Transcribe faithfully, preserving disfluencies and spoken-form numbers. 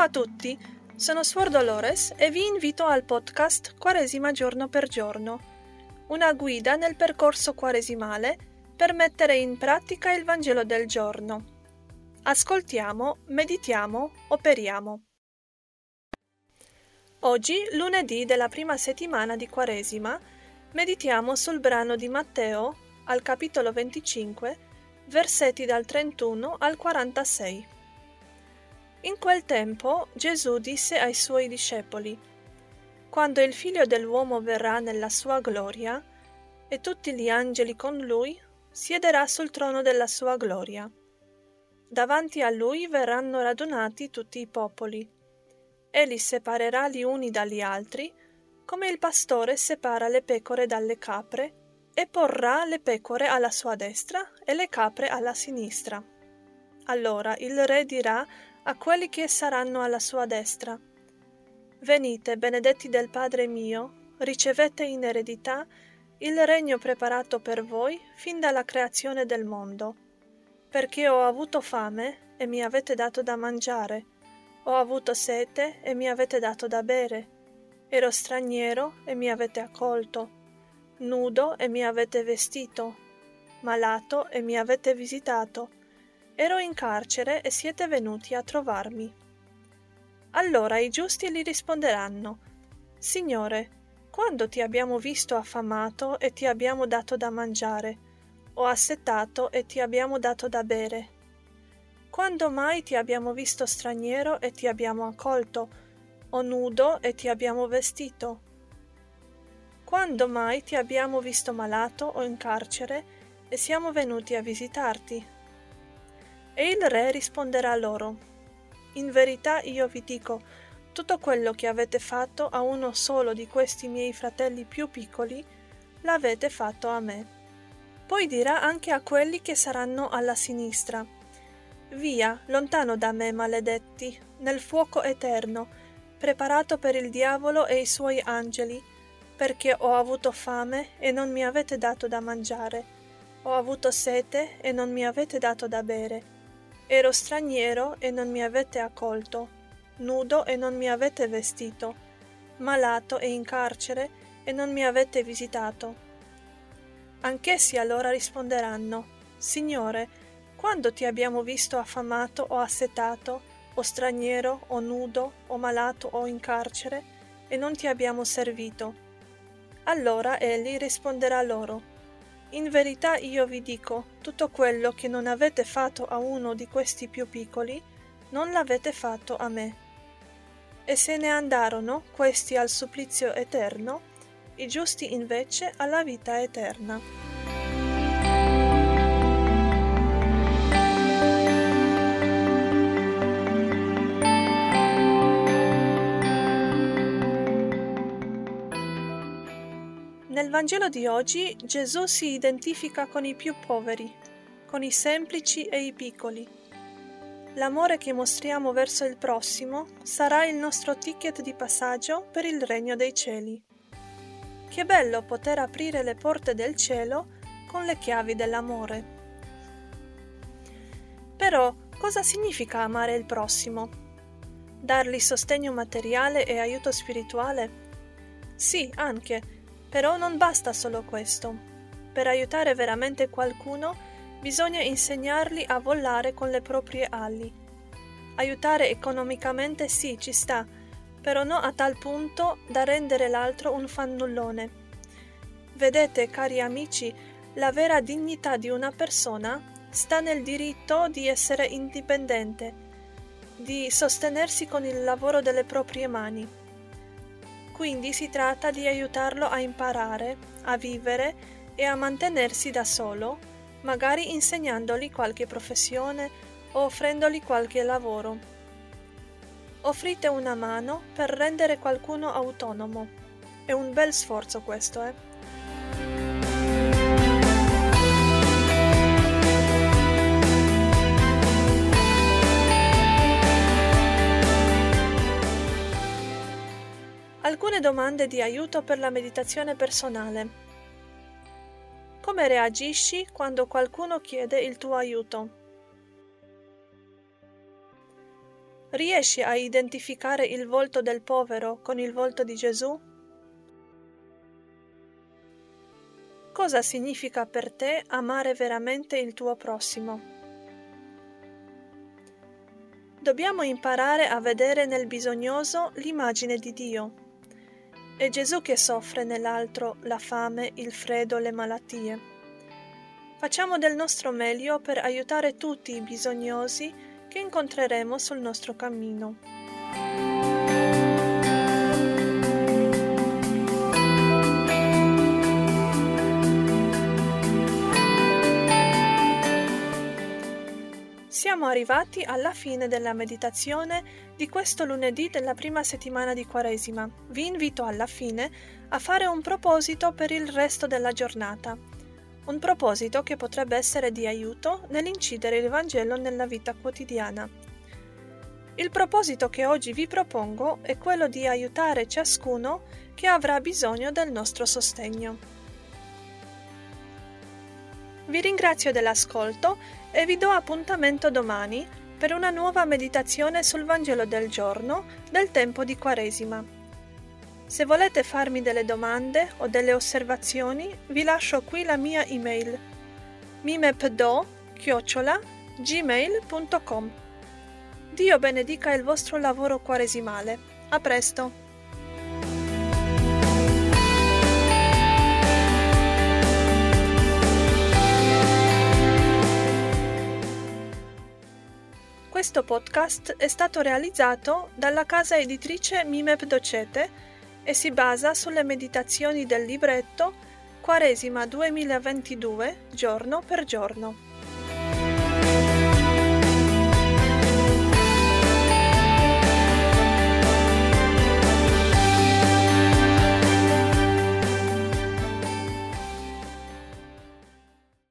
a tutti, sono Suor Dolores e vi invito al podcast Quaresima giorno per giorno, una guida nel percorso quaresimale per mettere in pratica il Vangelo del giorno. Ascoltiamo, meditiamo, operiamo. Oggi, lunedì della prima settimana di Quaresima, meditiamo sul brano di Matteo, al capitolo venticinque, versetti dal trentuno al quarantasei. In quel tempo Gesù disse ai suoi discepoli: «Quando il Figlio dell'uomo verrà nella sua gloria, e tutti gli angeli con lui, siederà sul trono della sua gloria. Davanti a lui verranno radunati tutti i popoli. Egli separerà gli uni dagli altri, come il pastore separa le pecore dalle capre, e porrà le pecore alla sua destra e le capre alla sinistra. Allora il Re dirà a quelli che saranno alla sua destra: Venite, benedetti del Padre mio, ricevete in eredità il regno preparato per voi fin dalla creazione del mondo. Perché ho avuto fame e mi avete dato da mangiare, ho avuto sete e mi avete dato da bere, ero straniero e mi avete accolto, nudo e mi avete vestito, malato e mi avete visitato, ero in carcere e siete venuti a trovarmi». Allora i giusti gli risponderanno: «Signore, quando ti abbiamo visto affamato e ti abbiamo dato da mangiare, o assetato e ti abbiamo dato da bere? Quando mai ti abbiamo visto straniero e ti abbiamo accolto, o nudo e ti abbiamo vestito? Quando mai ti abbiamo visto malato o in carcere e siamo venuti a visitarti?» E il Re risponderà loro: «In verità io vi dico, tutto quello che avete fatto a uno solo di questi miei fratelli più piccoli, l'avete fatto a me». Poi dirà anche a quelli che saranno alla sinistra: «Via, lontano da me, maledetti, nel fuoco eterno, preparato per il diavolo e i suoi angeli, perché ho avuto fame e non mi avete dato da mangiare, ho avuto sete e non mi avete dato da bere, ero straniero e non mi avete accolto, nudo e non mi avete vestito, malato e in carcere e non mi avete visitato». Anch'essi allora risponderanno: «Signore, quando ti abbiamo visto affamato o assetato, o straniero, o nudo, o malato o in carcere, e non ti abbiamo servito?» Allora egli risponderà loro: «In verità io vi dico, tutto quello che non avete fatto a uno di questi più piccoli, non l'avete fatto a me». E se ne andarono questi al supplizio eterno, i giusti invece alla vita eterna. Nel Vangelo di oggi Gesù si identifica con i più poveri, con i semplici e i piccoli. L'amore che mostriamo verso il prossimo sarà il nostro ticket di passaggio per il regno dei cieli. Che bello poter aprire le porte del cielo con le chiavi dell'amore. Però cosa significa amare il prossimo? Dargli sostegno materiale e aiuto spirituale? Sì, anche, però non basta solo questo. Per aiutare veramente qualcuno bisogna insegnargli a volare con le proprie ali. Aiutare economicamente sì, ci sta, però no a tal punto da rendere l'altro un fannullone. Vedete, cari amici, la vera dignità di una persona sta nel diritto di essere indipendente, di sostenersi con il lavoro delle proprie mani. Quindi si tratta di aiutarlo a imparare, a vivere e a mantenersi da solo, magari insegnandogli qualche professione o offrendogli qualche lavoro. Offrite una mano per rendere qualcuno autonomo. È un bel sforzo questo, eh? Alcune domande di aiuto per la meditazione personale. Come reagisci quando qualcuno chiede il tuo aiuto? Riesci a identificare il volto del povero con il volto di Gesù? Cosa significa per te amare veramente il tuo prossimo? Dobbiamo imparare a vedere nel bisognoso l'immagine di Dio. È Gesù che soffre nell'altro la fame, il freddo, le malattie. Facciamo del nostro meglio per aiutare tutti i bisognosi che incontreremo sul nostro cammino. Siamo arrivati alla fine della meditazione di questo lunedì della prima settimana di Quaresima. Vi invito alla fine a fare un proposito per il resto della giornata. Un proposito che potrebbe essere di aiuto nell'incidere il Vangelo nella vita quotidiana. Il proposito che oggi vi propongo è quello di aiutare ciascuno che avrà bisogno del nostro sostegno. Vi ringrazio dell'ascolto e vi do appuntamento domani per una nuova meditazione sul Vangelo del giorno del tempo di Quaresima. Se volete farmi delle domande o delle osservazioni, vi lascio qui la mia email mimepdo chiocciola gmail punto com. Dio benedica il vostro lavoro quaresimale. A presto! Questo podcast è stato realizzato dalla casa editrice Mimep Docete e si basa sulle meditazioni del libretto Quaresima duemilaventidue giorno per giorno.